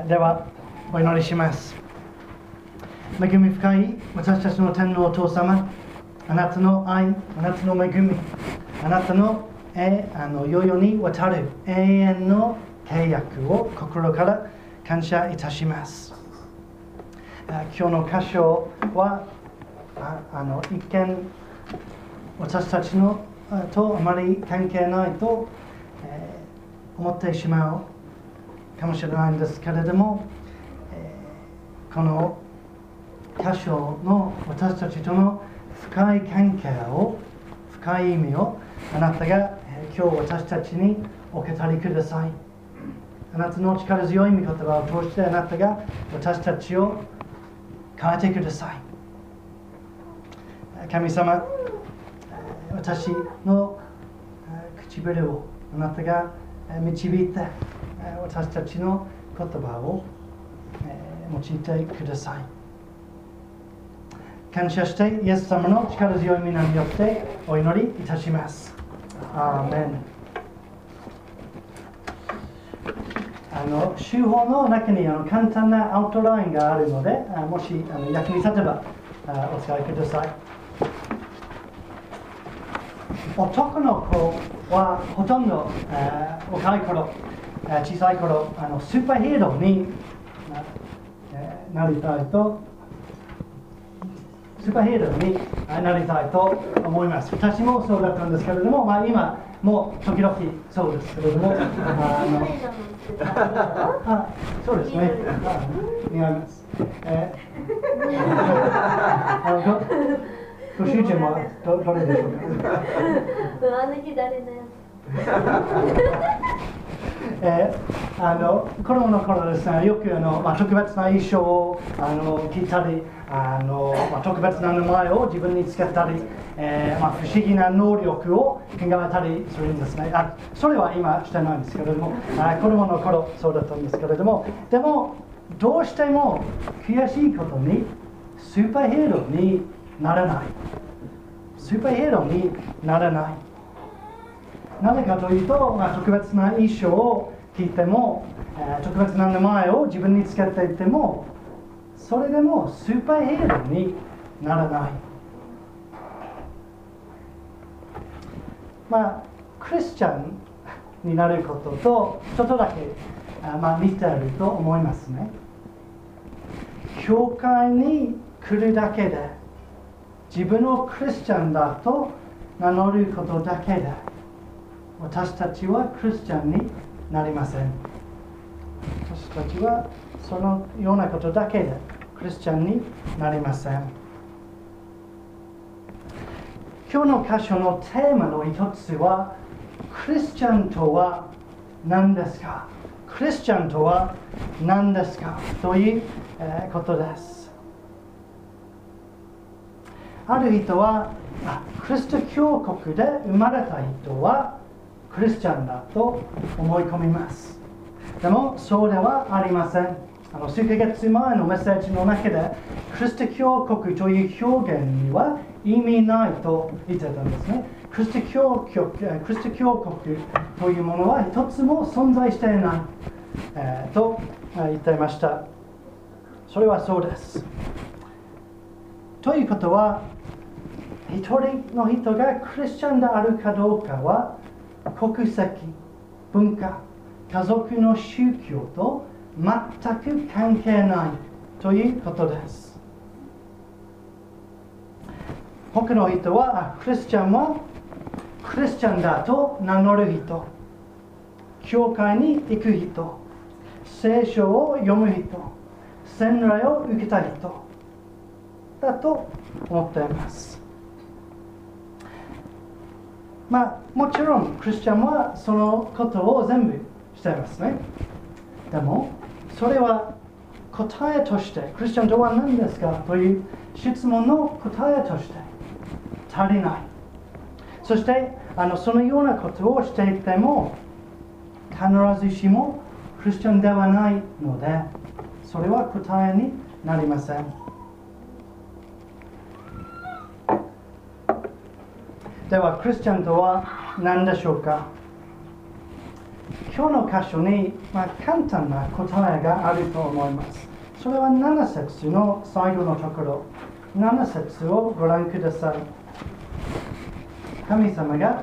ではお祈りします。恵み深い私たちの天のお父様、あなたの愛、あなたの恵み、あなたの世々にわたる永遠の契約を心から感謝いたします。今日の箇所は一見私たちのとあまり関係ないと、思ってしまうかもしれないんですけれども、この箇所の私たちとの深い関係を、深い意味をあなたが今日私たちにお語りください。あなたの力強い御言葉を通してあなたが私たちを変えてください。神様、私の唇をあなたが導いて私たちの言葉を用いてください。感謝してイエス様の力強い皆によってお祈りいたします。アーメン。手法の中に簡単なアウトラインがあるので、もし役に立てばお使いください。男の子はほとんど若い頃、小さい頃スーパーヒーローになりたいと思います。私もそうだったんですけれども、今も時々そうですけれどもそうですね、似合います。ご主人はどれでしょうか？ 左のやつ。子供の頃ですね、よく特別な衣装を着たり、特別な名前を自分につけたり、不思議な能力を考えたりするんですね。それは今してないんですけれども、子供の頃そうだったんですけれども、でもどうしても悔しいことにスーパーヒーローにならない。スーパーヒーローにならない。なぜかというと、特別な衣装を着ても、特別な名前を自分につけていても、それでもスーパーヒーローにならない。クリスチャンになることとちょっとだけ、似ていると思いますね。教会に来るだけで、自分をクリスチャンだと名乗ることだけで、私たちはクリスチャンになりません。私たちはそのようなことだけでクリスチャンになりません。今日の箇所のテーマの一つは、クリスチャンとは何ですか？クリスチャンとは何ですか？ということです。ある人は、クリスト教国で生まれた人はクリスチャンだと思い込みます。でもそうではありません。数ヶ月前のメッセージの中で、クリスト教国という表現には意味ないと言ってたんですね。クリスト教国というものは一つも存在していない、と言っていました。それはそうです。ということは、一人の人がクリスチャンであるかどうかは、国籍、文化、家族の宗教と全く関係ないということです。他の人は、クリスチャンはクリスチャンだと名乗る人、教会に行く人、聖書を読む人、洗礼を受けた人だと思っています。もちろんクリスチャンはそのことを全部していますね。でもそれは答えとして、クリスチャンとは何ですかという質問の答えとして足りない。そしてそのようなことをしていても必ずしもクリスチャンではないので、それは答えになりません。ではクリスチャンとは何でしょうか？ 今日の箇所に、簡単な答えがあると思います。それは7節の最後のところ、7節をご覧ください。神様が、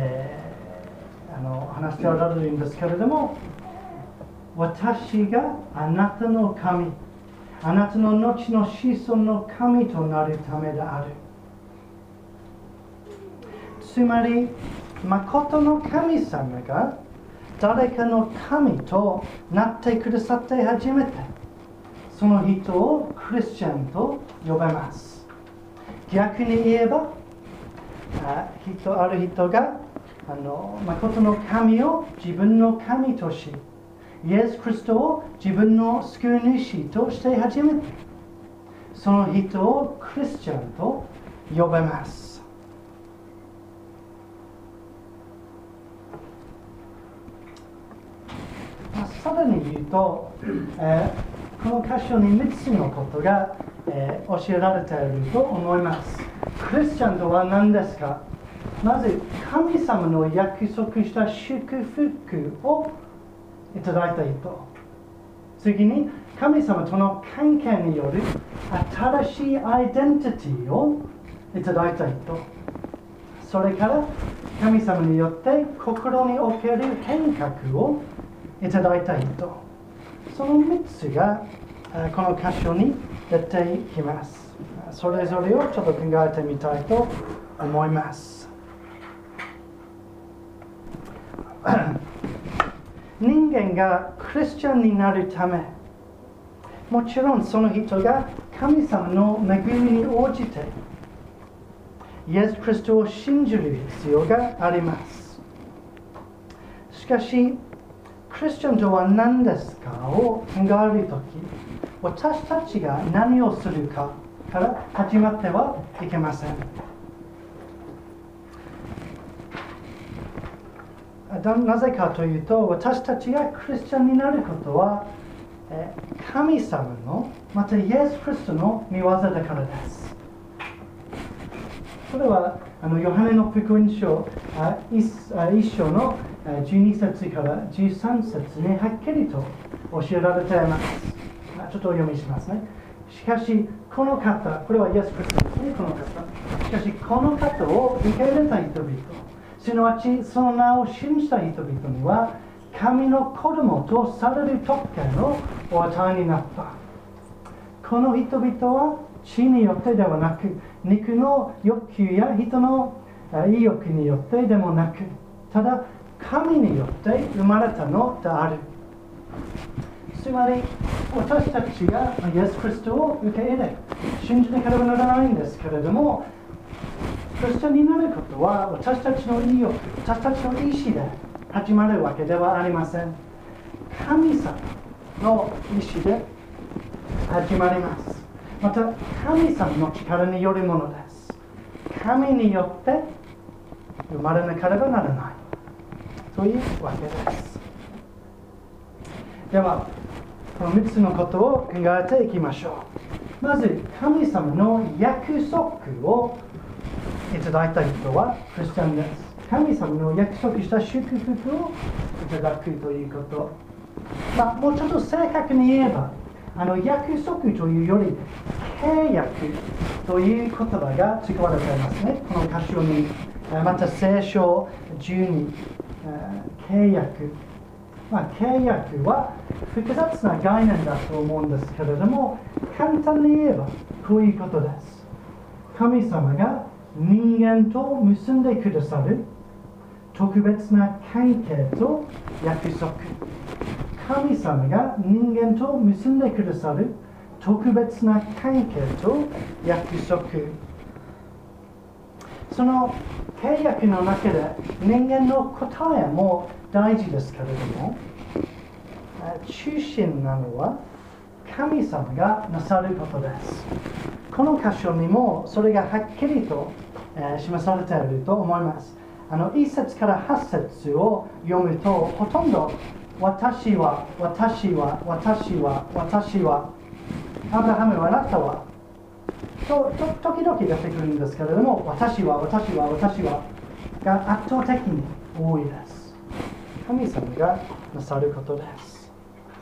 話しておられるんですけれども、私があなたの神、あなたの後の子孫の神となるためである。つまり、誠の神様が誰かの神となってくださって初めて、その人をクリスチャンと呼べます。逆に言えば、ある人が誠の神を自分の神とし、イエス・キリストを自分の救い主として初めて、その人をクリスチャンと呼べます。さらに言うと、この箇所に3つのことが、教えられていると思います。クリスチャンとは何ですか？まず、神様の約束した祝福をいただいた人。次に、神様との関係による新しいアイデンティティをいただいた人。それから、神様によって心における変革をいただいた人。その3つがこの箇所に出てきます。それぞれをちょっと考えてみたいと思います。人間がクリスチャンになるため、もちろんその人が神様の恵みに応じてイエス・キリストを信じる必要があります。しかし、クリスチャンとは何ですかを考えるとき、私たちが何をするかから始まってはいけません。なぜかというと、私たちがクリスチャンになることは、神様の、またイエス・キリストの御業だからです。それはヨハネの福音書1章の12節から13節にはっきりと教えられています。ちょっとお読みしますね。しかし、この方、これはイエス・キリストですね、この方。しかし、この方を受け入れた人々、すなわちその名を信じた人々には、神の子供とされる特権をお与えになった。この人々は血によってではなく、肉の欲求や人の意欲によってでもなく、ただ神によって生まれたのである。つまり、私たちがイエス・キリストを受け入れ、信じなければならないんですけれども、クリスチャンになることは私たちの意欲、私たちの意志で始まるわけではありません。神様の意志で始まります。また、神様の力によるものです。神によって生まれなければならないというわけです。では、この3つのことを考えていきましょう。まず、神様の約束をいただいた人はクリスチャンです。神様の約束した祝福をいただくということ。もうちょっと正確に言えば、約束というより契約という言葉が使われていますね。この箇所に、また聖書12、契約。契約は複雑な概念だと思うんですけれども、簡単に言えばこういうことです。神様が人間と結んでくださる特別な関係と約束。神様が人間と結んでくださる特別な関係と約束。その契約の中で人間の答えも大事ですけれども、中心なのは神様がなさることです。この箇所にもそれがはっきりと、示されていると思います。1節から8節を読むと、ほとんど私は、私は、私は、私は、アブラハムはあなたは、時々出てくるんですけれども、私は、私は、私はが圧倒的に多いです。 神様がなさることです。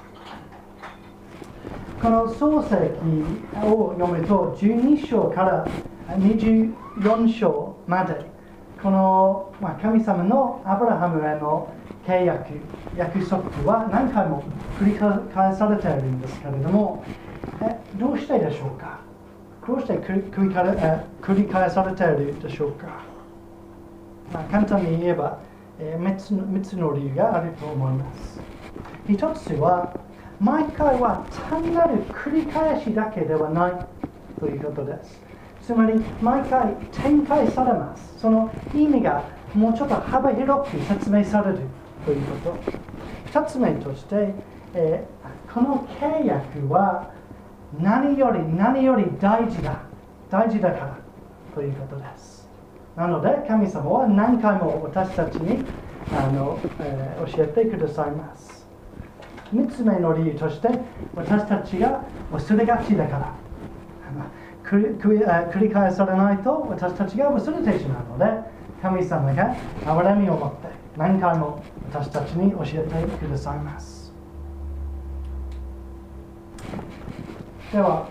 この創世記を読むと12章から24章までこの、神様のアブラハムへの契約、約束は何回も繰り返されているんですけれども、どうしてでしょうか？どうして繰り返されているでしょうか？簡単に言えば、3つの理由があると思います。一つは、毎回は単なる繰り返しだけではないということです。つまり、毎回展開されます。その意味がもうちょっと幅広く説明されるということ。2つ目として、この契約は何より大事だからということです。なので神様は何回も私たちに教えてくださいます。3つ目の理由として私たちが忘れがちだから繰り返されないと私たちが忘れてしまうので神様が憐れみを持って何回も私たちに教えてくださいます。では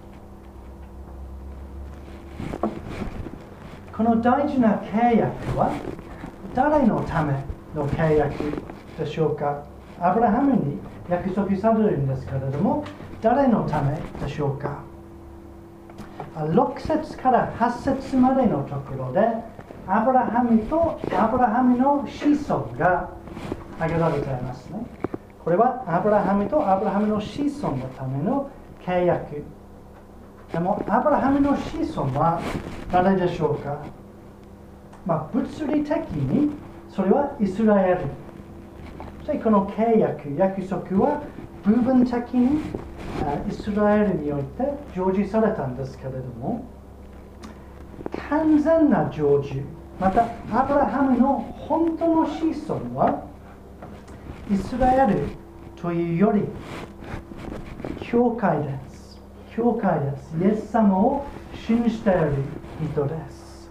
この大事な契約は誰のための契約でしょうか？アブラハムに約束されるんですけれども誰のためでしょうか？6節から8節までのところでアブラハムとアブラハムの子孫が挙げられていますね。これはアブラハムとアブラハムの子孫のための契約。でもアブラハムの子孫は誰でしょうか？物理的にそれはイスラエル。そしてこの契約、約束は部分的にイスラエルにおいて成就されたんですけれども、完全な成就、またアブラハムの本当の子孫はイスラエルというより教会です。教会です。イエス様を信じている人です。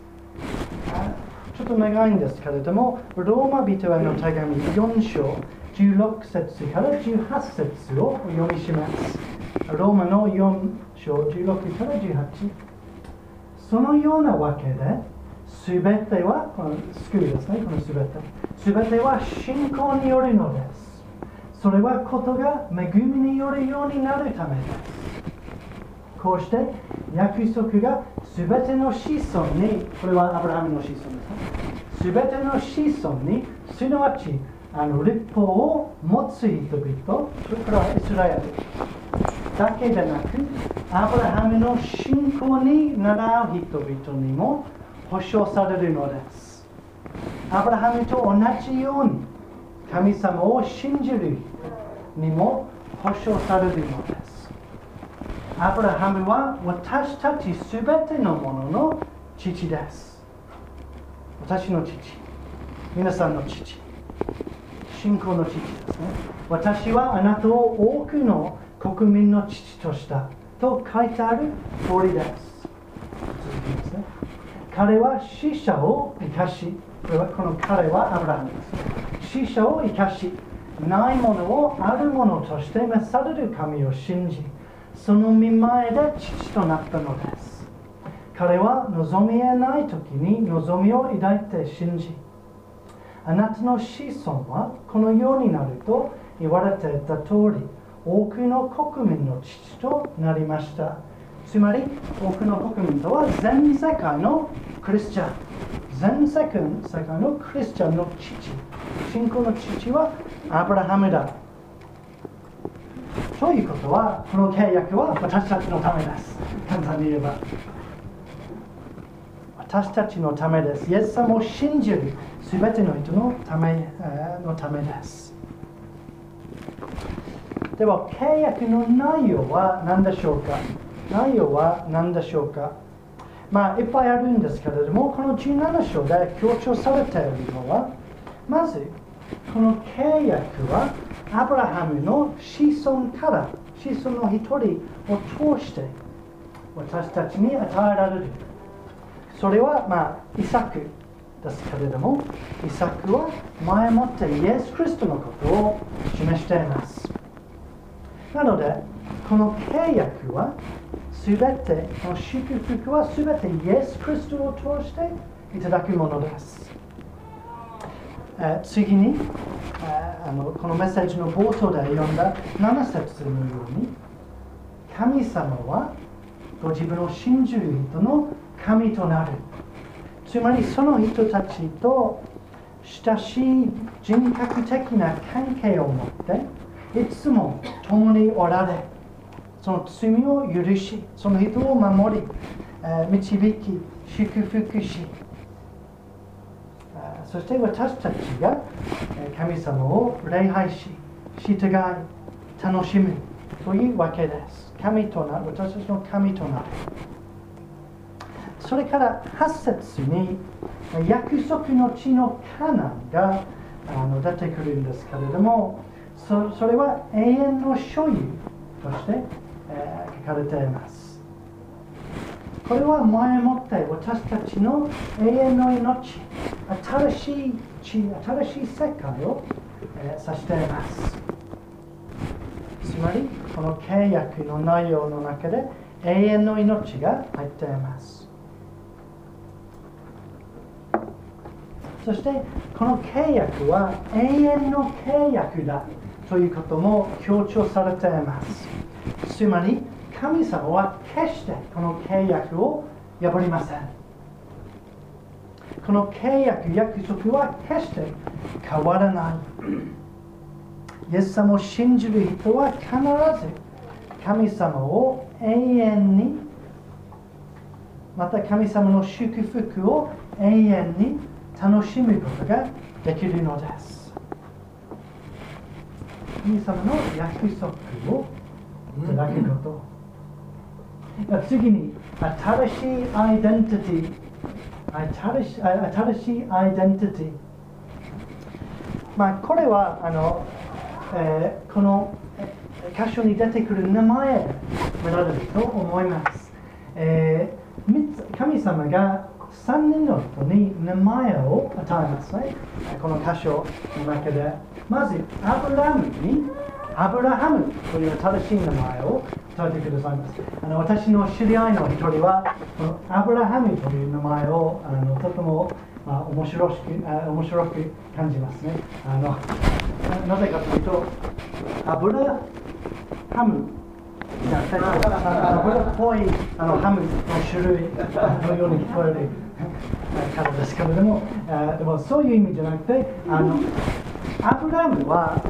ちょっと長いんですけれども、ローマ人への手紙4章16節から18節をお読みします。ローマの4章16から18。そのようなわけで、すべては、この救いですね、このすべて。すべては信仰によるのです。それはことが恵みによるようになるためです。こうして約束がすべての子孫に、これはアブラハムの子孫ですね。すべての子孫に、すなわち律法を持つ人々、それからイスラエルだけでなく、アブラハムの信仰に倣う人々にも保証されるのです。アブラハムと同じように、神様を信じる人にも保証されるのです。アブラハムは私たちすべてのものの父です。私の父、皆さんの父、信仰の父ですね。私はあなたを多くの国民の父としたと書いてある通りです。続きますね。彼は死者を生かし、この彼はアブラハムです。死者を生かし、ないものをあるものとして召される神を信じ、その御前で父となったのです。彼は望み得ない時に望みを抱いて信じ、あなたの子孫はこのようになると言われていた通り、多くの国民の父となりました。つまり、多くの国民とは全世界のクリスチャン、全世界のクリスチャンの父、信仰の父はアブラハムだ。ということは、この契約は私たちのためです。簡単に言えば。私たちのためです。イエス様を信じるすべての人のためです。では、契約の内容は何でしょうか？内容は何でしょうか？いっぱいあるんですけれども、この17章で強調されているのは、まず、この契約は、アブラハムの子孫から子孫の一人を通して私たちに与えられる。それはイサクですけれども、イサクは前もってイエス・キリストのことを示しています。なので、この契約はすべて、この祝福はすべてイエス・キリストを通していただくものです。次にこのメッセージの冒頭で読んだ7節のように、神様はご自分を信じる人の神となる。つまりその人たちと親しい人格的な関係を持っていつも共におられ、その罪を許し、その人を守り、導き、祝福し、そして私たちが神様を礼拝し、従い、楽しむというわけです。神となる、私たちの神となる。それから8節に約束の地のカナンが出てくるんですけれども、それは永遠の所有として書かれています。これは前もって私たちの永遠の命、新しい地、新しい世界を指しています。つまり、この契約の内容の中で永遠の命が入っています。そして、この契約は永遠の契約だということも強調されています。つまり、神様は決してこの契約を破りません。この契約、約束は決して変わらない。イエス様を信じる人は必ず神様を永遠に、また神様の祝福を永遠に楽しむことができるのです。神様の約束をいただくこと。次に、新しいアイデンティティ。新しいアイデンティティ。これはこの箇所に出てくる名前で見られると思います。神様が3人の人に名前を与えますね。この箇所の中で、まずアブラムにアブラハムという正しい名前を与えてくださいます。私の知り合いの一人はこのアブラハムという名前をとても面白く感じますね。なぜかというと、アブラハム油っぽいハムの種類のように聞こえるからですけれども、でもそういう意味じゃなくて、アブラムは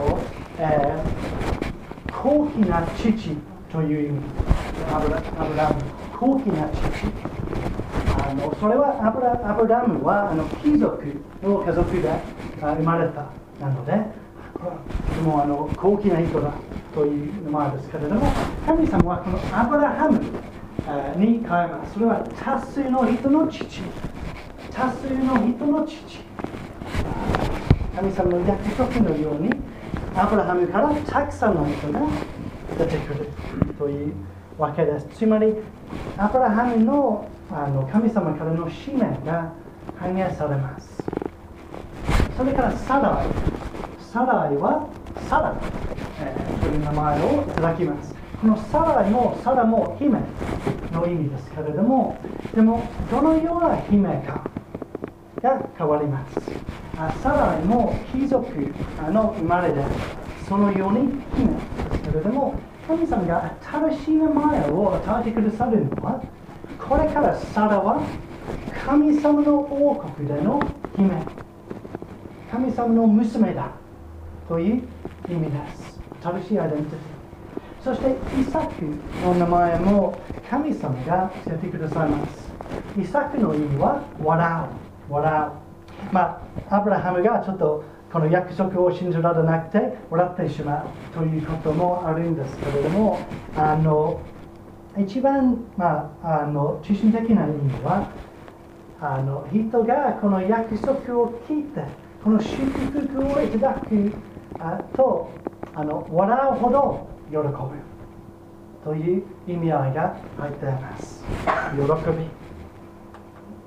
高貴な父という意味。アブラム、高貴な父。それはアブラムは貴族の家族で生まれたなので、でも高貴な人だという名前ですけれども、神様はこのアブラハムに変えます。それは多数の人の父。多数の人の父。神様の約束のように、アブラハムからたくさんの人が出てくるというわけです。つまり、アブラハムの神様からの使命が反映されます。それからサライはサラという名前をいただきます。このサラも姫の意味ですけれども、でもどのような姫かが変わります。サラも貴族の生まれで、そのように姫ですけれども、神様が新しい名前を与えてくださるのは、これからサラは神様の王国での姫、神様の娘だという意味です。新しいアイデンティティ。そしてイサクの名前も神様がつけてくださいます。イサクの意味は笑う。アブラハムがちょっとこの約束を信じられなくて笑ってしまうということもあるんですけれども、一番、中心的な意味は、人がこの約束を聞いて、この祝福をいただくと笑うほど喜ぶという意味合いが入っています。喜び。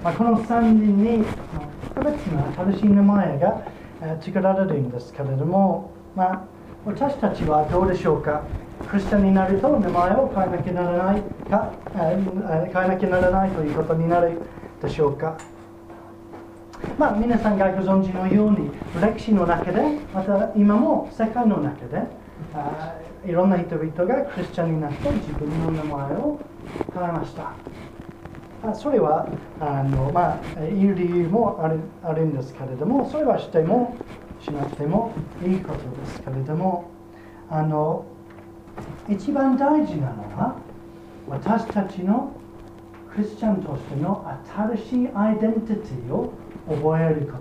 この3人に特別な新しい名前が作られるんですけれども、私たちはどうでしょうか。クリスチャンになると名前を変えなきゃならないか、変えなきゃならないということになるでしょうか。皆さんがご存知のように歴史の中で、また今も世界の中でいろんな人々がクリスチャンになって自分の名前を変えました。それはいる理由もあるんですけれども、それはしてもしなくてもいいことですけれども、一番大事なのは私たちのクリスチャンとしての新しいアイデンティティを覚えること。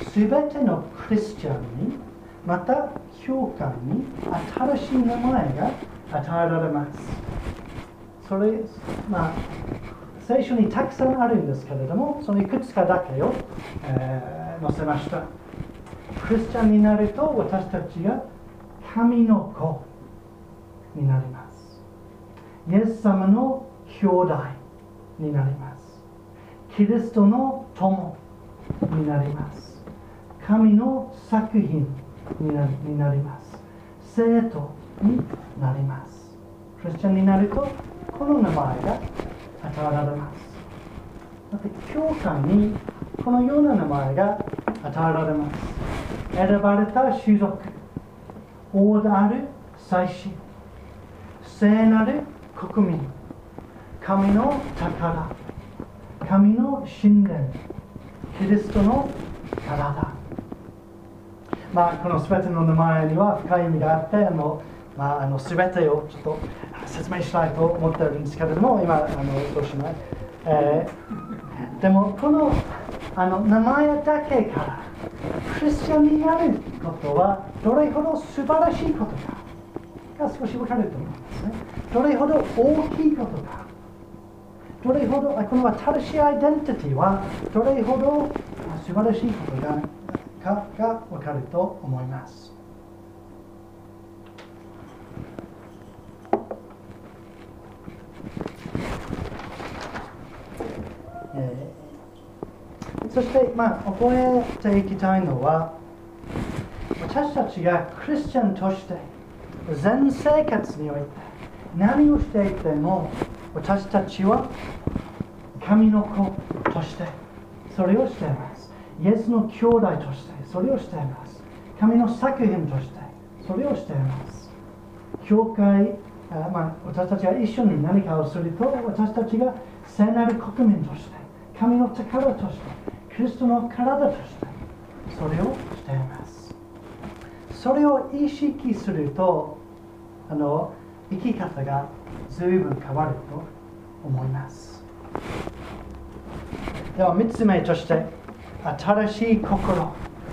すべてのクリスチャンに、また教会に新しい名前が与えられます。それ、聖書にたくさんあるんですけれども、そのいくつかだけを、載せました。クリスチャンになると私たちが神の子になります。イエス様の兄弟になります。キリストの友になります。神の作品になります。生徒になります。クリスチャンになるとこの名前が与えられます。また教会にこのような名前が与えられます。選ばれた種族、王である祭司、聖なる国民、神の宝、神の神殿、キリストの体。このすべての名前には深い意味があって、すべてをちょっと説明したいと思っているんですけれども、今そうしない。でもこの名前だけからクリスチャンになることはどれほど素晴らしいことかが少し分かると思いますね。どれほど大きいことか、どれほどこの新しいアイデンティティはどれほど素晴らしいことが分かると思います。そして覚えていきたいのは、私たちがクリスチャンとして全生活において何をしていても、私たちは神の子としてそれをしています。イエスの兄弟としてそれをしています。神の作品としてそれをしています。教会、私たちが一緒に何かをすると、私たちが聖なる国民として、神の宝として、キリストの体としてそれをしています。それを意識すると生き方が随分変わると思います。では3つ目として、新しい心。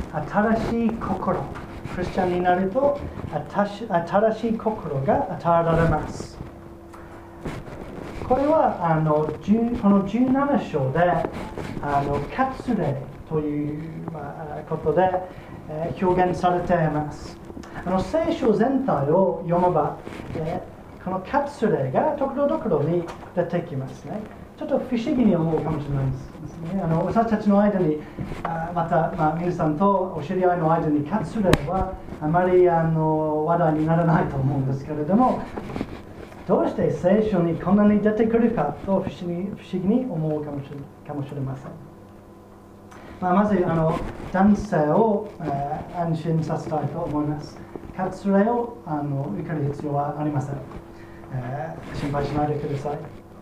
クリスチャンになると新しい心が与えられます。これはこの17章で割礼ということで表現されています。聖書全体を読めば、この割礼がところどころに出てきますね。ちょっと不思議に思うかもしれないですね。私たちの間にまた、皆さんとお知り合いの間に割礼はあまり話題にならないと思うんですけれども、どうして聖書にこんなに出てくるかと不思議に思うかもしれません。まず男性を安心させたいと思います。割礼を受ける必要はありません。心配しないでください。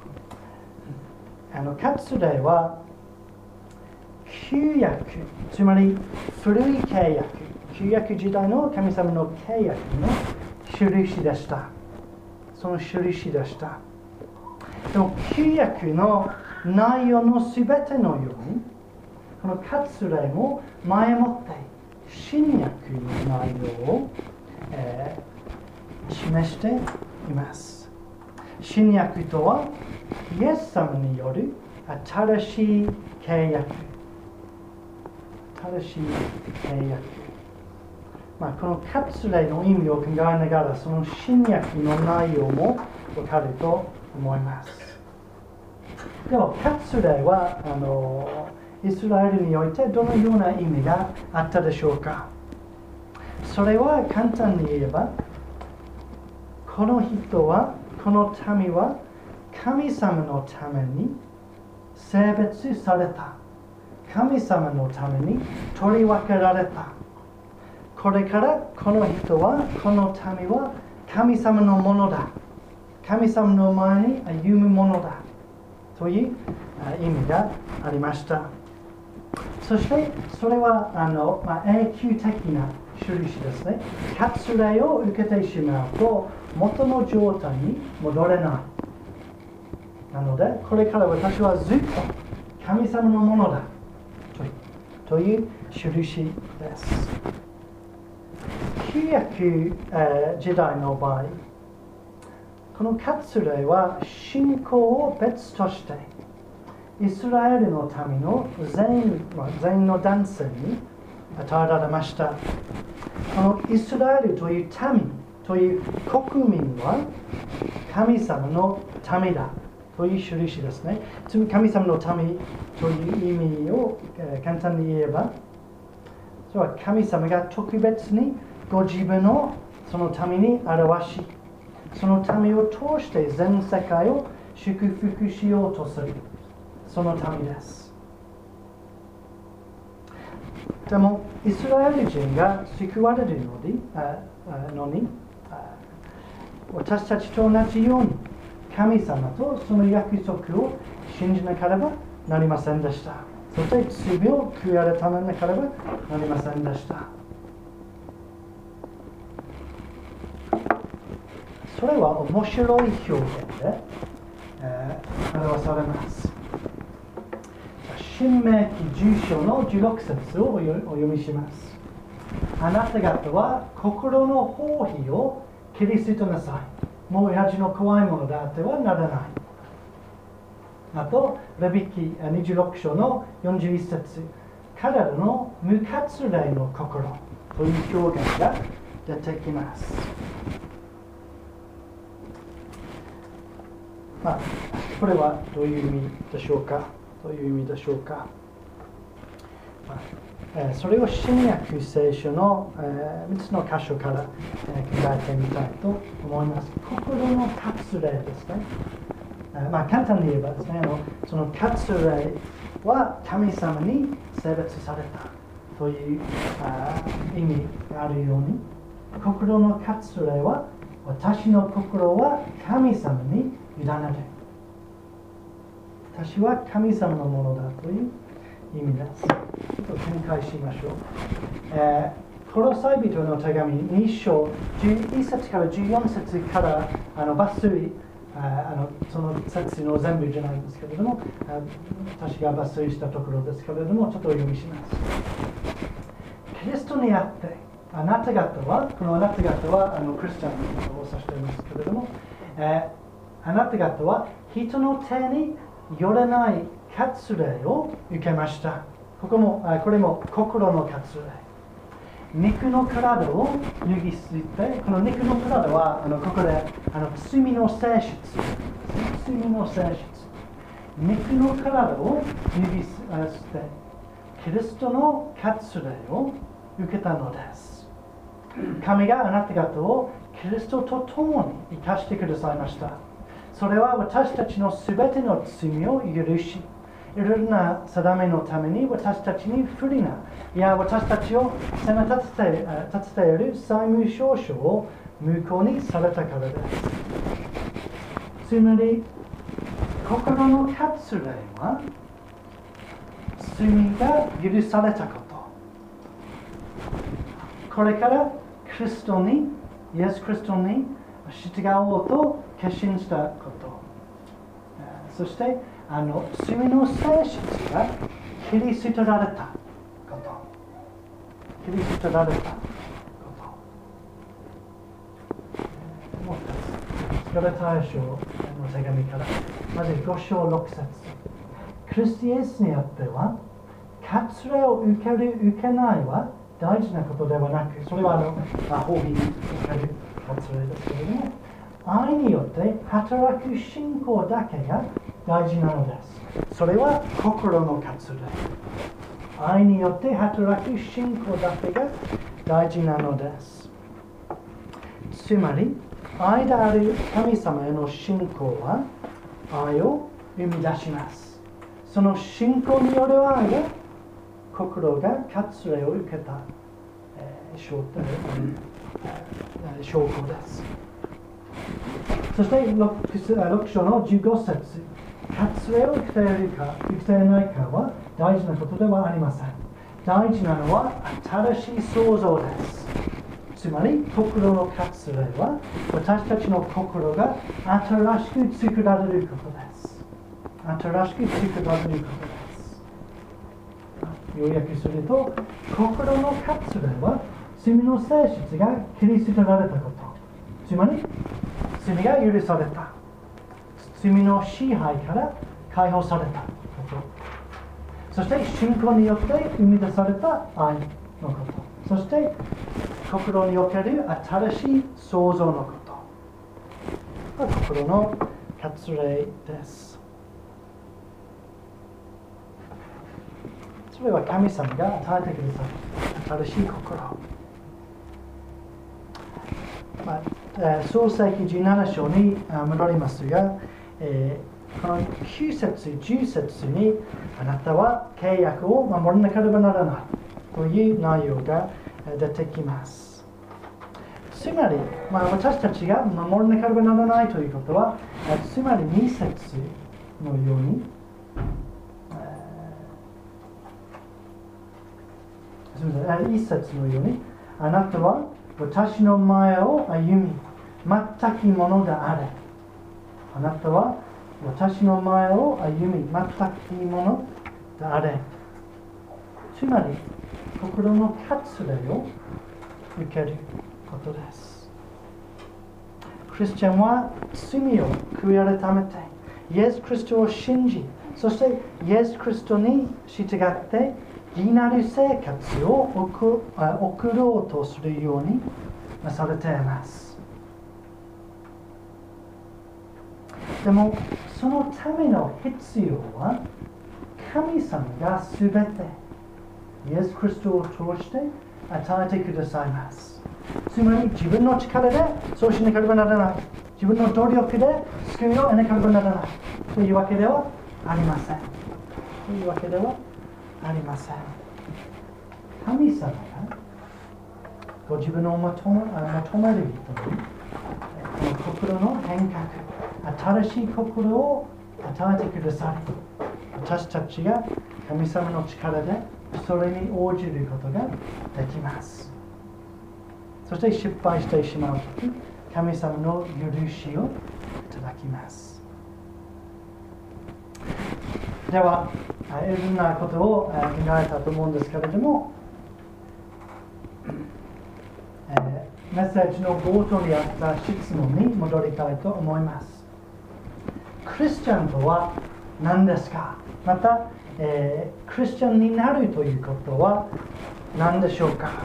割礼は旧約、つまり古い契約、旧約時代の神様の契約の印でした。その印でした。でも旧約の内容のすべてのように、この割礼も前もって新約の内容を、示しています。新約とはイエス様による新しい契約。新しい契約。この割礼の意味を考えながら、その新約の内容も分かると思います。 でも割礼はイスラエルにおいてどのような意味があったでしょうか。それは簡単に言えば、この人は、この民は神様のために性別された。神様のために取り分けられた。これからこの人は、この民は神様のものだ。神様の前に歩むものだ。という意味がありました。そしてそれは永久的な印ですね。割礼を受けてしまうと元の状態に戻れない。なのでこれから私はずっと神様のものだという印です。旧約時代の場合、この割礼は信仰を別としてイスラエルの民の全員の男性に与えられました。このイスラエルという民という国民は神様の民だという印ですね。神様の民という意味を簡単に言えば、それは神様が特別にご自分をその民に表し、その民を通して全世界を祝福しようとする。その民です。でもイスラエル人が救われるのに私たちと同じように神様とその約束を信じなければなりませんでした。そして罪を悔い改めなければなりませんでした。それは面白い表現で、表されます。申命記10章の16節をお読みします。あなた方は心の放棄を切り捨てなさい。もう親父の怖いものであってはならない。あと、レビ記26章の41節、彼らの無割礼の心という表現が出てきます。これはどういう意味でしょうか。それを新約聖書の3つの箇所から考えてみたいと思います。心の割礼ですね。簡単に言えばですね、その割礼は神様に性別されたという意味があるように、心の割礼は私の心は神様に委ねる。私は神様のものだという意味です。ちょっと展開しましょう。コロサイ人の手紙2章11節から14節から抜粋、その節の全部じゃないんですけれども、私が抜粋したところですけれども、ちょっとお読みします。キリストにあってあなた方は、このあなた方はクリスチャンのことを指していますけれども、あなた方は人の手によれない割礼を受けました。これも心の割礼。肉の体を脱ぎ捨て、この肉の体はここで罪の性質、罪の性質。肉の体を脱ぎ捨て、キリストの割礼を受けたのです。神があなた方をキリストと共に生かしてくださいました。それは私たちのすべての罪を許し、いろいろな定めのために私たちに不利な、いや私たちを責め立てている債務証書を無効にされたからです。つまり、心の割礼は罪が許されたこと。これからイエス・キリストに従おうと決心したこと。そして罪の性質が切り捨てられたこと。もう一つ、ガラテヤ書の手紙から、まず5章6節。クリストイエスにあっては、割礼を受ける、受けないは大事なことではなく、それは法義に受ける割礼ですけれども、愛によって働く信仰だけが大事なのです。 それは心の活例。愛によって働く信仰だけが大事なのです。つまり、愛である神様への信仰は愛を生み出します。その信仰による愛が心が割礼を受けた、証拠です。そして 6章の15節、割礼を受けているか受けていないかは大事なことではありません。大事なのは新しい創造です。つまり心の割礼は私たちの心が新しく作られることです。新しく作られることです。要約すると、心の割礼は罪の性質が切り捨てられたこと。つまり罪が許された。罪の支配から解放されたこと。そして信仰によって生み出された愛のこと。そして心における新しい創造のことが心の割礼です。それは神様が与えてくださる新しい心。創世記17章に戻りますが、この9節10節にあなたは契約を守らなければならないという内容が出てきます。つまり、私たちが守らなければならないということは、つまり2節のように、1節のように、あなたは私の前を歩み、全きものであれ。あなたは私の前を歩み、全きものであれ。つまり、心の割礼を受けることです。クリスチャンは罪を悔い改めて、イエス・キリストを信じ、そしてイエス・キリストに従って義なる生活を送ろうとするようにされています。でも、そのための必要は、神様がすべてイエス・キリストを通して与えてくださいます。つまり自分の力でそうしなければならない。自分の努力で救いを得なければならない。というわけではありません。というわけではありません。神様がご自分を求める人に、この心の変革、新しい心を与えてくださり、私たちが神様の力でそれに応じることができます。そして失敗してしまうとき、神様の許しをいただきます。では、いろんなことを考えたと思うんですけれども、メッセージの冒頭にあった質問に戻りたいと思います。クリスチャンとは何ですか？また、クリスチャンになるということは何でしょうか？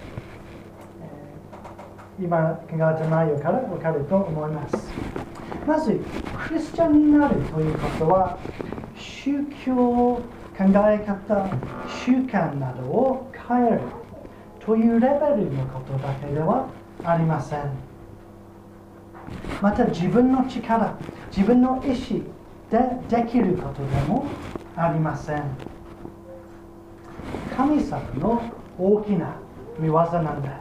今考えた内容から分かると思います。まず、クリスチャンになるということは、宗教考え方、習慣などを変えるというレベルのことだけではありません。また自分の力、自分の意志でできることでもありません。神様の大きな御業なんです。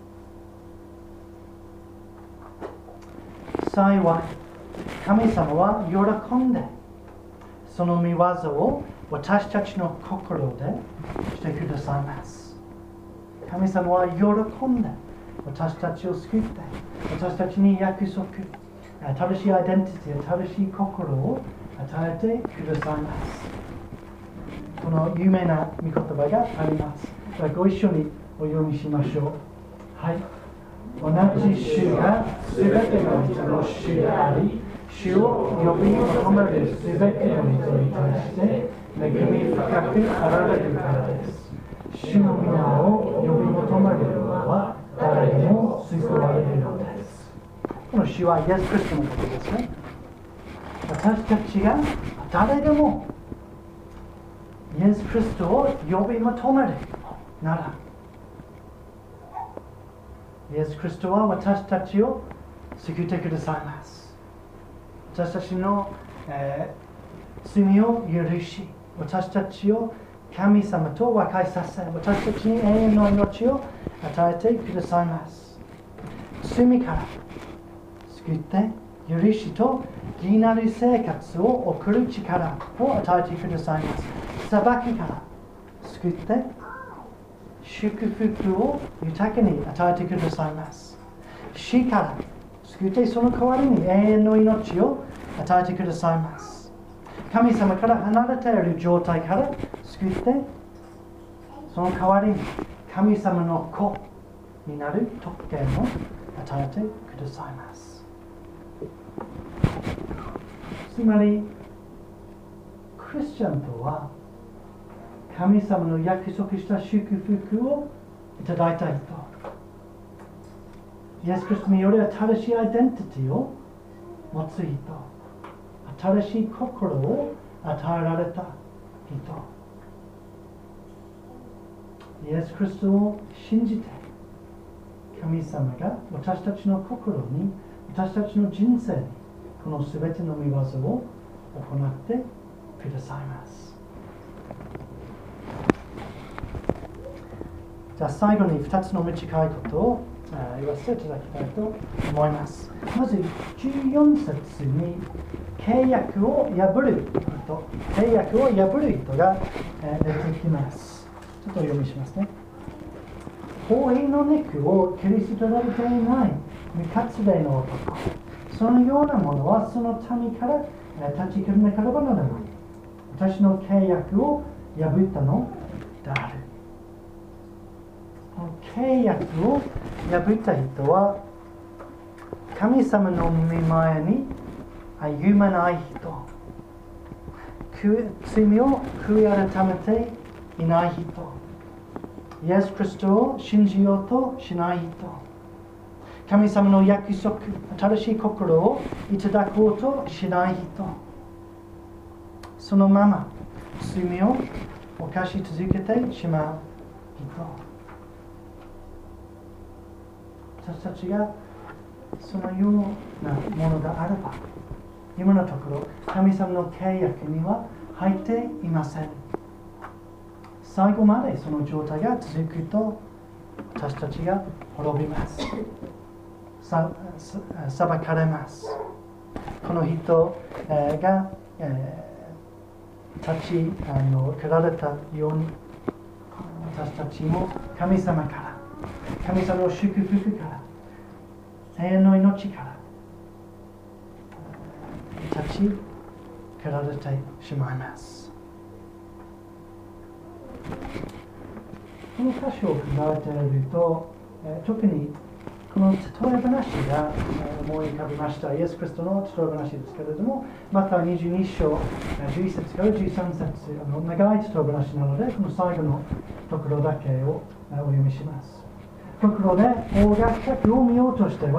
幸い、神様は喜んでその御業を私たちの心でしてくださいます。神様は喜んで私たちを救って、私たちに約束、新しいアイデンティティ、新しい心を与えてくださいます。この有名な御言葉があります。ご一緒にお読みしましょう。はい。同じ主がすべての人の主であり、主を呼び求めるすべての人に対して恵み深くあられるからです。主の皆を呼び求める者は誰でも救われるのです。この主はイエス・キリストのことですね。私たちが誰でもイエス・キリストを呼び求めるなら、イエス・キリストは私たちを救ってくださいます。私たちの、罪を許し、私たちを神様と和解させ、私たちに永遠の命を与えてくださいます。罪から救って許しと義なる生活を送る力を与えてくださいます。裁きから救って祝福を豊かに与えてくださいます。死から救ってその代わりに永遠の命を与えてくださいます。神様から離れている状態から救ってその代わりに神様の子になる特権を与えてくださいます。つまりクリスチャンとは神様の約束した祝福をいただいた人、イエス・キリストにより新しいアイデンティティを持つ人、新しい心を与えられた人、イエス・キリストを信じて神様が私たちの心に、私たちの人生にこのすべての御業を行ってくださいます。じゃあ最後に2つの短いことを言わせていただきたいと思います。まず14節に契約を破る人が出てきます。ちょっとお読みしますね。公平の肉を切り捨てられていない未活例の男、そのようなものはその民から断ち切らなければならない。私の契約を破ったのである。契約を破った人は神様の御前に歩まない人、罪を悔い改めていない人、イエス・キリストを信じようとしない人、神様の約束、新しい心をいただこうとしない人、そのまま罪を犯し続けてしまう人、私たちがそのようなものがあれば、今のところ神様の契約には入っていません。最後までその状態が続くと私たちが滅びます。裁かれます。この人が立ち切られたように、私たちも神様から、神様の祝福から永遠の命から立ち切られてしまいます。この箇所を考えていると、特にこの例え話が思い浮かびました。イエス・キリストの例え話ですけれども、また22章11節から13節、長い例え話なので、この最後のところだけをお読みします。ところで、王が客を見ようとして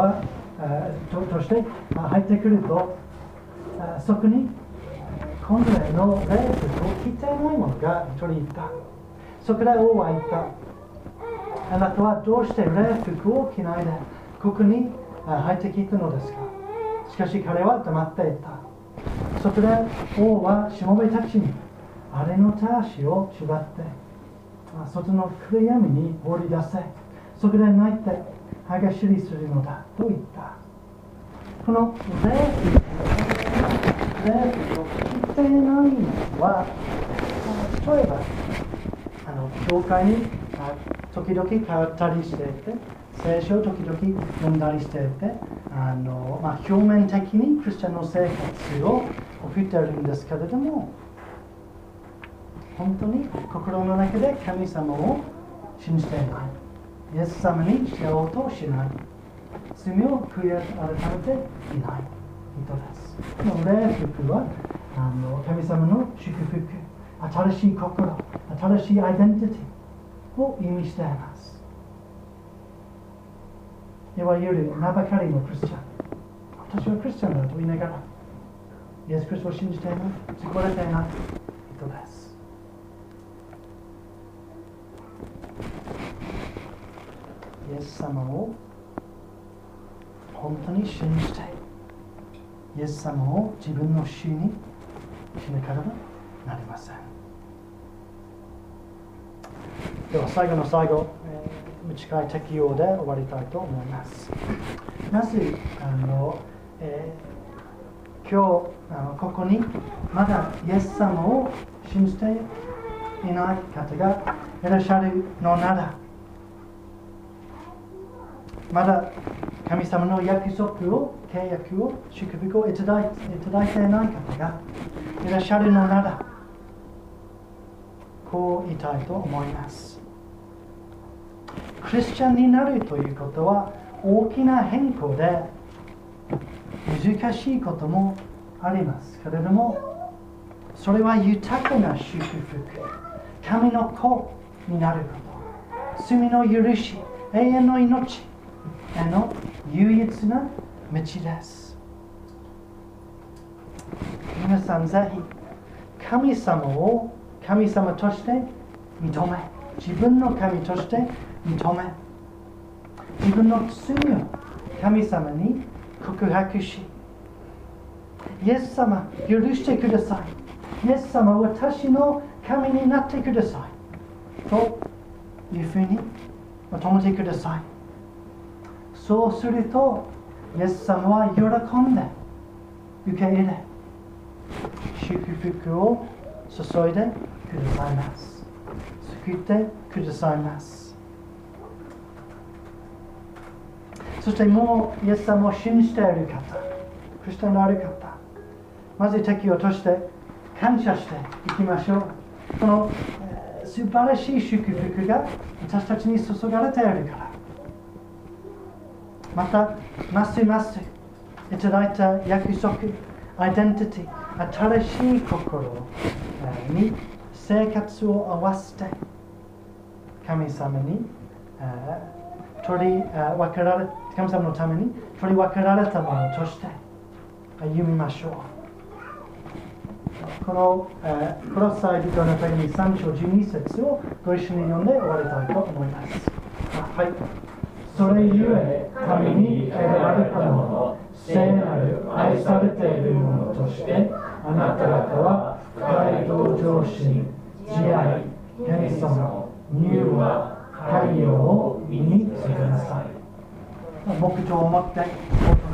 入ってくると、そこに婚礼の礼服を着ていない者が一人いた。そこで王は言った。あなたはどうして礼服を着ないでここに入ってきたのですか。しかし彼は黙っていた。そこで王はしもべたちにあれの手足を縛って外の暗闇に放り出せ、そこで泣いて歯がしりするのだと言った。この礼服を着ていないのは、例えば教会に時々通ったりしていて、聖書を時々読んだりしていて、表面的にクリスチャンの生活を送っているんですけれども、本当に心の中で神様を信じていない、イエス様に従おうとしない、罪を悔い改めていない人です。この礼服は神様の祝福、新しい心、新しいアイデンティティを意味しています。いわゆる名ばかりのクリスチャン、私はクリスチャンだと言いながらイエス・キリストを信じていない、救われていない人です。イエス様を本当に信じて、イエス様を自分の主にしなければなりません。では最後の最後、短い適用で終わりたいと思います。まず今日ここにまだイエス様を信じていない方がいらっしゃるのなら、まだ神様の約束を、契約を、祝福をいただいていない方がいらっしゃるのなら、こう言いたいと思います。クリスチャンになるということは大きな変更で難しいこともありますけれども、それは豊かな祝福、神の子になること、罪の許し、永遠の命への唯一な道です。皆さんぜひ神様を神様として認め、自分の神として認め、自分の罪を神様に告白し、イエス様許してください、イエス様私の神になってくださいというふうに求めてください。そうするとイエス様は喜んで受け入れ、祝福を注いでくださいます。救ってくださいます。そしてもうイエス様を信じている方、クリスチャンのある方、まず適用として感謝していきましょう。この、素晴らしい祝福が私たちに注がれているから。また、ますますいただいた約束、アイデンティティ、新しい心に生活を合わせて神様に神様のために取り分けられたものとして歩みましょう。このコロサイ人の手紙3章12節をご一緒に読んで終わりたいと思います。はい。それゆえ神に選ばれたもの、聖なる愛されているものとしてあなた方は深い同情心、慈愛、謙遜、柔和、寛容を身につけなさい。目標を持って